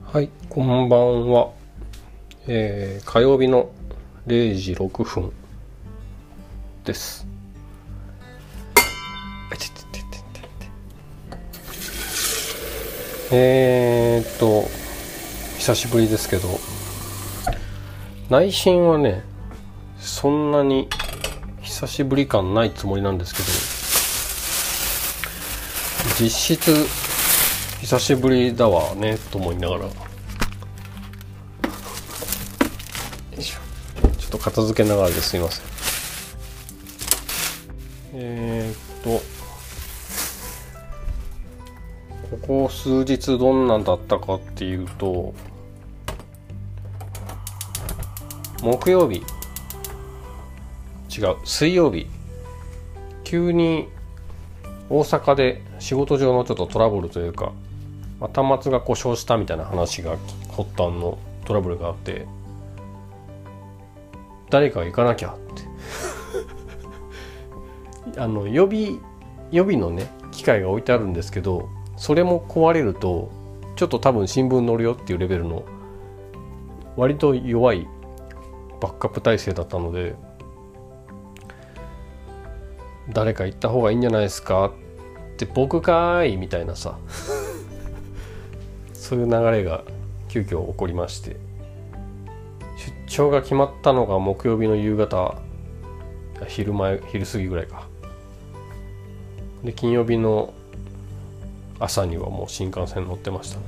はい、こんばんは。火曜日の0時6分です。久しぶりですけど、内心はね、そんなに久しぶり感ないつもりなんですけど、実質久しぶりだわねと思いながら、ちょっと片付けながらですいません。ここ数日どんなんだったかっていうと、水曜日急に大阪で仕事上のちょっとトラブルというか、端末が故障したみたいな話が発端のトラブルがあって、誰か行かなきゃって予備のね機械が置いてあるんですけど、それも壊れるとちょっと多分新聞載るよっていうレベルの割と弱いバックアップ体制だったので、誰か行った方がいいんじゃないですかって僕かーいみたいなさそういう流れが急遽起こりまして、出張が決まったのが木曜日の夕方、昼過ぎぐらいかで、金曜日の朝にはもう新幹線乗ってましたね。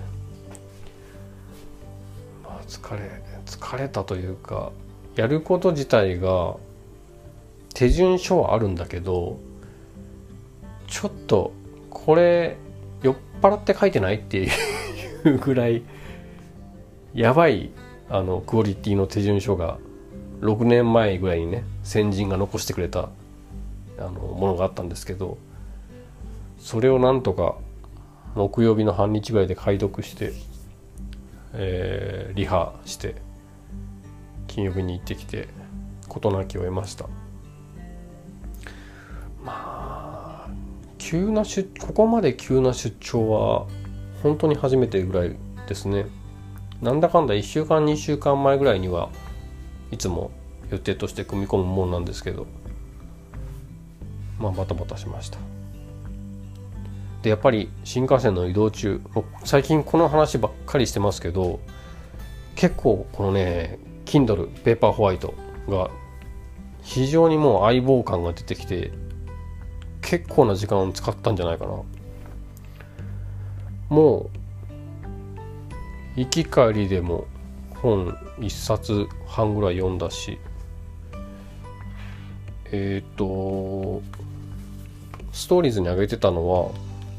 疲れたというか、やること自体が手順書はあるんだけど、ちょっとこれ酔っ払って書いてないっていうぐらいやばいクオリティの手順書が6年前ぐらいにね、先人が残してくれたものがあったんですけど、それをなんとか木曜日の半日ぐらいで解読して、リハして金曜日に行ってきて事なきを得ました。ここまで急な出張は本当に初めてぐらいですね。なんだかんだ1週間2週間前ぐらいにはいつも予定として組み込むもんなんですけど、バタバタしました。でやっぱり新幹線の移動中、最近この話ばっかりしてますけど、結構このね Kindle ペーパーホワイトが非常にもう相棒感が出てきて、結構な時間を使ったんじゃないかな。もう行き帰りでも本1冊半ぐらい読んだし、ストーリーズに上げてたのは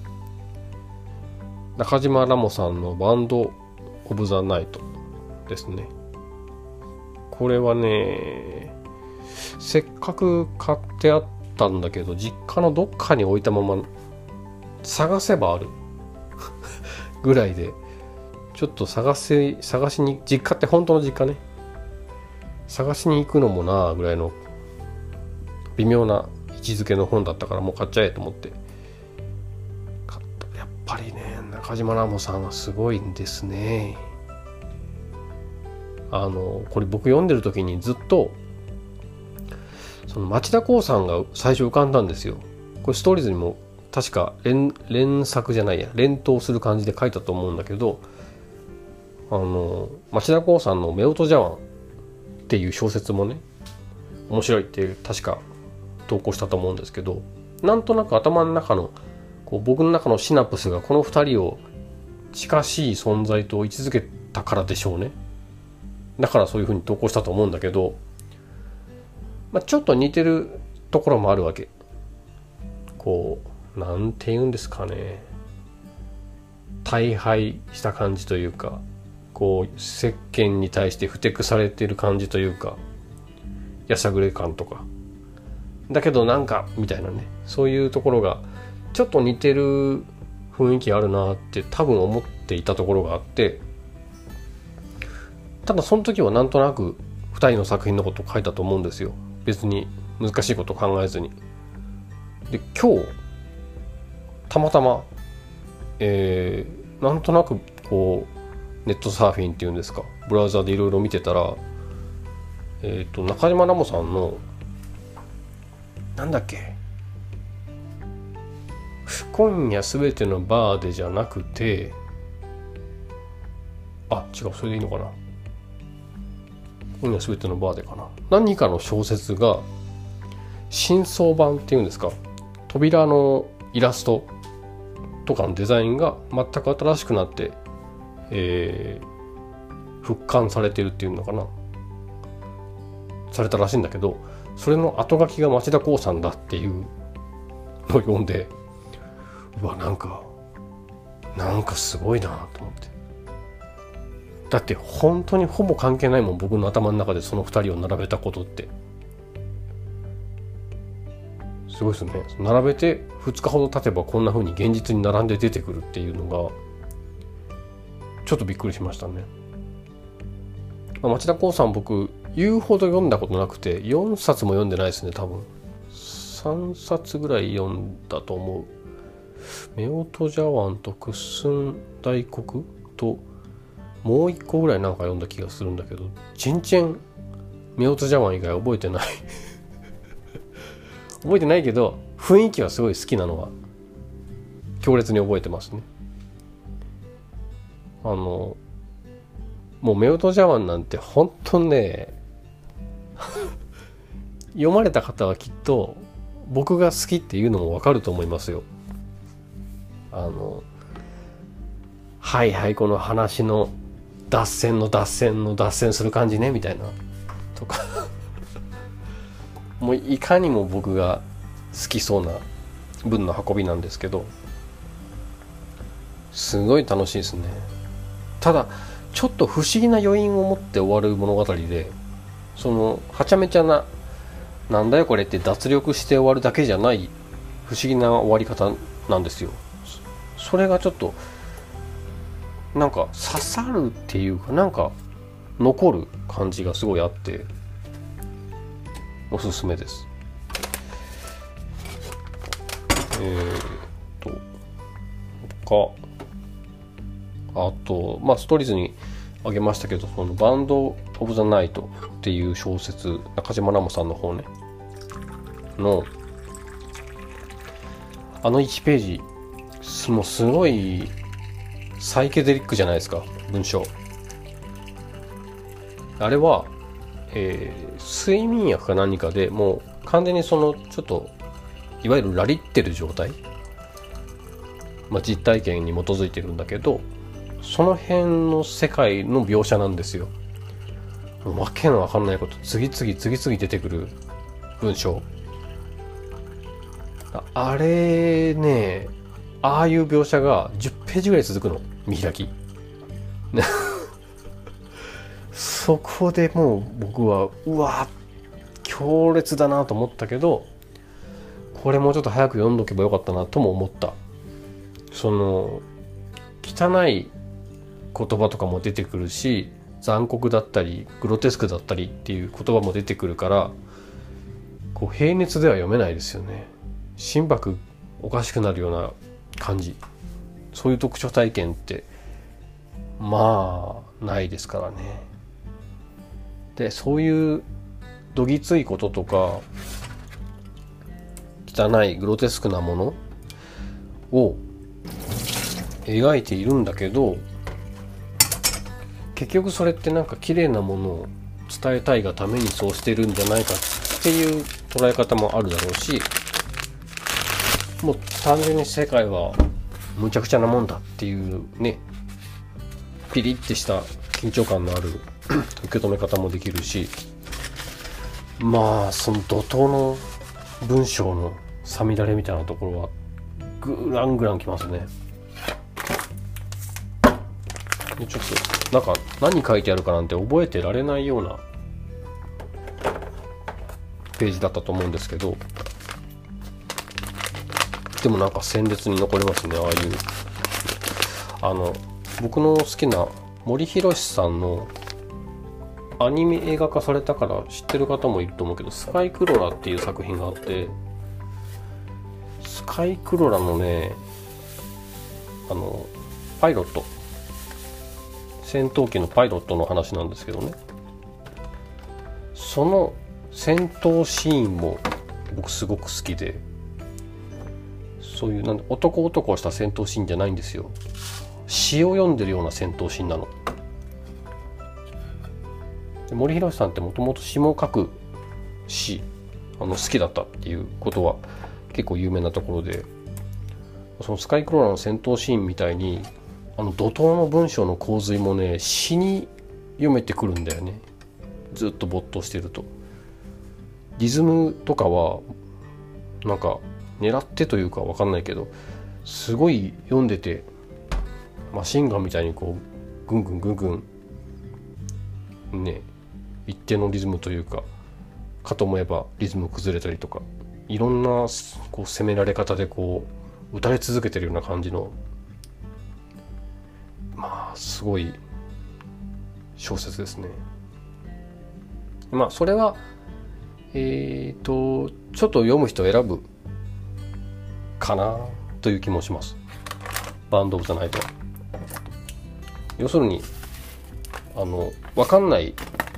中島ラモさんのバンドオブザナイトですね。これはね、せっかく買ってあったんだけど、実家のどっかに置いたまま探せばあるぐらいで、ちょっと探しに、実家って本当の実家ね、探しに行くのもなぐらいの微妙な位置づけの本だったから、もう買っちゃえと思って買った。やっぱりね、中島ラモさんはすごいんですね。これ僕読んでる時にずっとその町田光さんが最初浮かんだんですよ。これストーリーズにも確か連作じゃないや、連投する感じで書いたと思うんだけど、町田光さんの夫婦茶碗っていう小説もね面白いって確か投稿したと思うんですけど、なんとなく頭の中の僕の中のシナプスがこの2人を近しい存在と位置づけたからでしょうね。だからそういう風に投稿したと思うんだけど、ちょっと似てるところもあるわけ。なんて言うんですかね、大敗した感じというか、世間に対してふてくされてる感じというか、やさぐれ感とかだけどなんかみたいなね、そういうところがちょっと似てる雰囲気あるなって多分思っていたところがあって、ただその時はなんとなく2人の作品のことを書いたと思うんですよ。別に難しいこと考えずに。で今日たまたま、なんとなくネットサーフィンっていうんですか、ブラウザでいろいろ見てたら、中島ラモさんのなんだっけ、今夜すべてのバーでじゃなくて、あ、違う、それでいいのかな、今夜すべてのバーでかな、何かの小説が新装版っていうんですか、扉のイラストとかのデザインが全く新しくなって、復刊されてるっていうのかな、されたらしいんだけど、それの後書きが町田光さんだっていうのを読んで、うわ、なんかすごいなと思って。だって本当にほぼ関係ないもん、僕の頭の中でその2人を並べたことって。すごいですね。並べて2日ほど経てばこんな風に現実に並んで出てくるっていうのがちょっとびっくりしましたね。町田光さん、僕言うほど読んだことなくて4冊も読んでないですね。多分3冊ぐらい読んだと思う。夫婦茶碗とクッスン大黒ともう1個ぐらいなんか読んだ気がするんだけど、全然夫婦茶碗以外覚えてない覚えてないけど雰囲気はすごい好きなのは強烈に覚えてますね。もう夫婦茶碗なんて本当ね読まれた方はきっと僕が好きっていうのもわかると思いますよ。はいはい、この話の脱線する感じねみたいなとかもういかにも僕が好きそうな文の運びなんですけど、すごい楽しいですね。ただちょっと不思議な余韻を持って終わる物語で、そのはちゃめちゃな、なんだよこれって脱力して終わるだけじゃない不思議な終わり方なんですよ。それがちょっとなんか刺さるっていうか、なんか残る感じがすごいあっておすすめです。あと、ストーリーズにあげましたけど、そのバンド・オブ・ザ・ナイトっていう小説、中島ラモさんの方ねの1ページ、もうすごいサイケデリックじゃないですか、文章。あれは、睡眠薬か何かでもう完全にそのちょっといわゆるラリってる状態、実体験に基づいてるんだけど、その辺の世界の描写なんですよ。もうわけのわかんないこと次々出てくる文章。あれね、ああいう描写が10ページぐらい続くの、見開きそこでもう僕はうわ強烈だなと思ったけど、これもうちょっと早く読んどけばよかったなとも思った。その汚い言葉とかも出てくるし、残酷だったりグロテスクだったりっていう言葉も出てくるから、こう平熱では読めないですよね。心拍おかしくなるような感じ、そういう読書体験ってないですからね。で、そういうどぎついこととか汚いグロテスクなものを描いているんだけど、結局それってなんか綺麗なものを伝えたいがためにそうしてるんじゃないかっていう捉え方もあるだろうし、もう単純に世界はむちゃくちゃなもんだっていうね、ピリッてした緊張感のある受け止め方もできるし、その怒涛の文章のさみだれみたいなところはグラングランきますね。でちょっとなんか何書いてあるかなんて覚えてられないようなページだったと思うんですけど、でもなんか鮮烈に残りますね。ああいう僕の好きな森博さんのアニメ映画化されたから知ってる方もいると思うけど、スカイクロラっていう作品があって、スカイクロラのねパイロット、 戦闘機のパイロットの話なんですけどね、その戦闘シーンも僕すごく好きで、そういうなんで男男した戦闘シーンじゃないんですよ。詩を読んでるような戦闘シーンなの。で森博さんってもともと詩も書くし好きだったっていうことは結構有名なところで、そのスカイクローラーの戦闘シーンみたいに怒涛の文章の洪水もね詩に読めてくるんだよね。ずっと没頭してるとリズムとかはなんか狙ってというか分かんないけど、すごい読んでてマシンガンみたいにこうぐんぐんぐんぐんね一定のリズムというか、かと思えばリズム崩れたりとか、いろんなこう攻められ方でこう打たれ続けてるような感じの、まあすごい小説ですね。まあそれはちょっと読む人を選ぶかなという気もします。バンドオブザナイトは要するに分かんない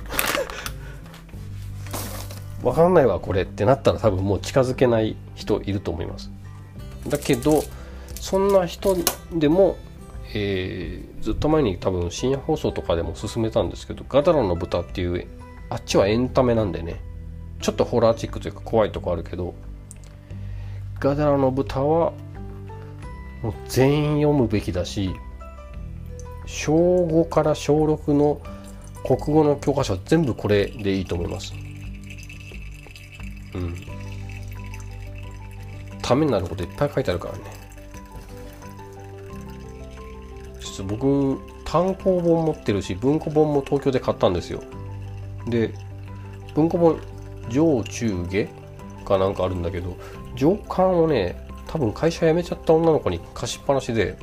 分かんないわこれってなったら多分もう近づけない人いると思います。だけどそんな人でも、ずっと前に多分深夜放送とかでも勧めたんですけど、ガダラの豚っていうあっちはエンタメなんでね、ちょっとホラーチックというか怖いとこあるけど、ガダラの豚はもう全員読むべきだし、小5から小6の国語の教科書は全部これでいいと思います。ためになることいっぱい書いてあるからね。実は僕単行本持ってるし文庫本も東京で買ったんですよ。で文庫本上中下かなんかあるんだけど、上巻をね多分会社辞めちゃった女の子に貸しっぱなしで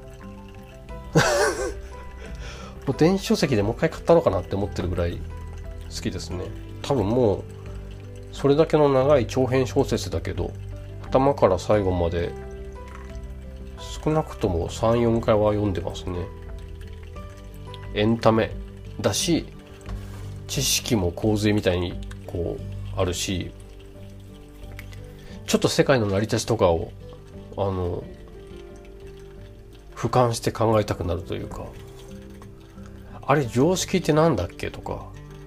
もう電子書籍でもう一回買ったのかなって思ってるぐらい好きですね。多分もうそれだけの長い長編小説だけど頭から最後まで少なくとも 3,4 回は読んでますね。エンタメだし知識も洪水みたいにこうあるし、ちょっと世界の成り立ちとかを俯瞰して考えたくなるというか、あれ常識ってなんだっけとか、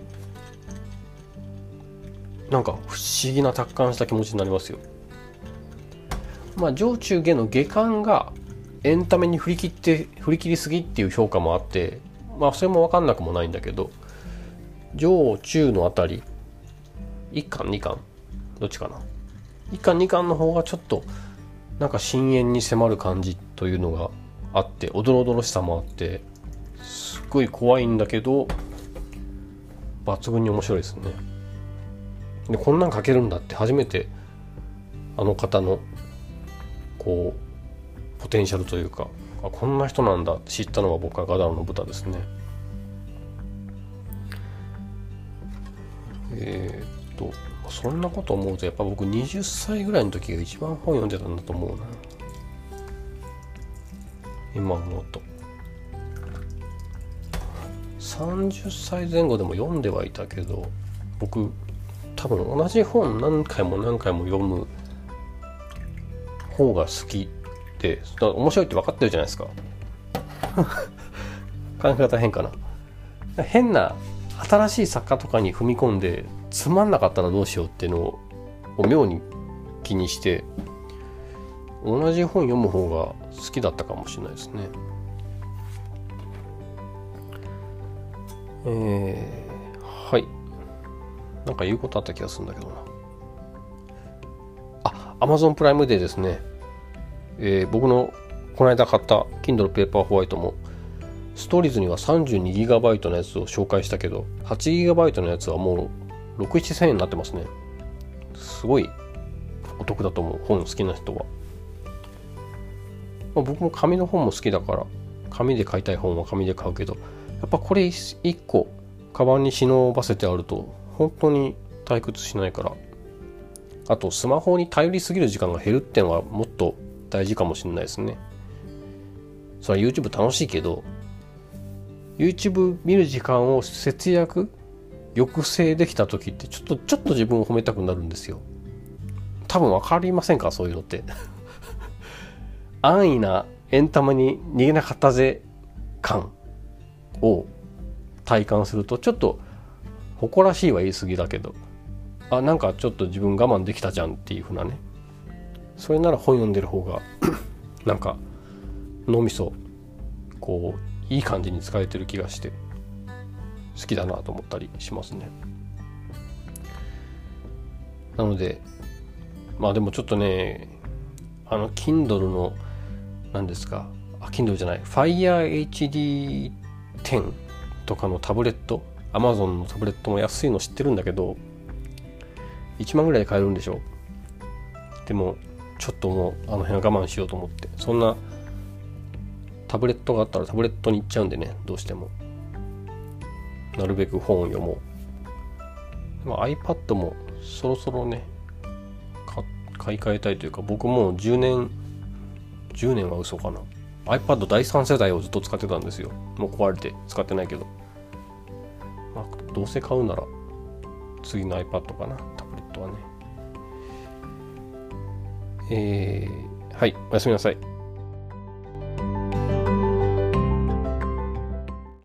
なんか不思議な達観した気持ちになりますよ。まあ上中下の下巻がエンタメに振り切りすぎっていう評価もあって、まあそれも分かんなくもないんだけど、上中のあたり1巻2巻どっちかな、1巻2巻の方がちょっとなんか深淵に迫る感じというのがあって、おどろおどろしさもあってすっごい怖いんだけど抜群に面白いですね。でこんなん書けるんだって初めてあの方のこうポテンシャルというか、こんな人なんだって知ったのが僕はガダラの豚ですね。そんなこと思うとやっぱ僕20歳ぐらいの時が一番本読んでたんだと思うな、今思うと。30歳前後でも読んではいたけど、僕多分同じ本何回も何回も読む方が好きで、面白いって分かってるじゃないですか考え方変かな。変な新しい作家とかに踏み込んでつまんなかったらどうしようっていうのを妙に気にして、同じ本読む方が好きだったかもしれないですね。はい、なんか言うことあった気がするんだけどな。Amazon プライムデーですね。僕のこの間買った Kindle Paperwhite もストーリーズには 32GB のやつを紹介したけど 8GB のやつはもう 6,7 千円になってますね。すごいお得だと思う、本好きな人は。僕も紙の本も好きだから紙で買いたい本は紙で買うけど、やっぱこれ1個カバンに忍ばせてあると本当に退屈しないから。あとスマホに頼りすぎる時間が減るっていうのはもっと大事かもしれないですね。それは YouTube 楽しいけど YouTube 見る時間を節約抑制できた時ってちょっと自分を褒めたくなるんですよ。多分分かりませんか、そういうのって安易なエンタメに逃げなかったぜ感を体感すると、ちょっと誇らしいは言い過ぎだけど、なんかちょっと自分我慢できたじゃんっていう風なね。それなら本読んでる方がなんか脳みそこういい感じに使えてる気がして好きだなと思ったりしますね。なのででもちょっとね、Kindle の何ですか、Kindle じゃない Fire HD10 とかのタブレット、 Amazon のタブレットも安いの知ってるんだけど1万ぐらいで買えるんでしょ。でもちょっともうあの辺は我慢しようと思って、そんなタブレットがあったらタブレットに行っちゃうんでね、どうしてもなるべく本を読もう。iPad もそろそろね買い替えたいというか、僕もう10年は嘘かな、 iPad 第3世代をずっと使ってたんですよ。もう壊れて使ってないけど、どうせ買うなら次の iPad かな、タブレットはね。はい、おやすみなさい。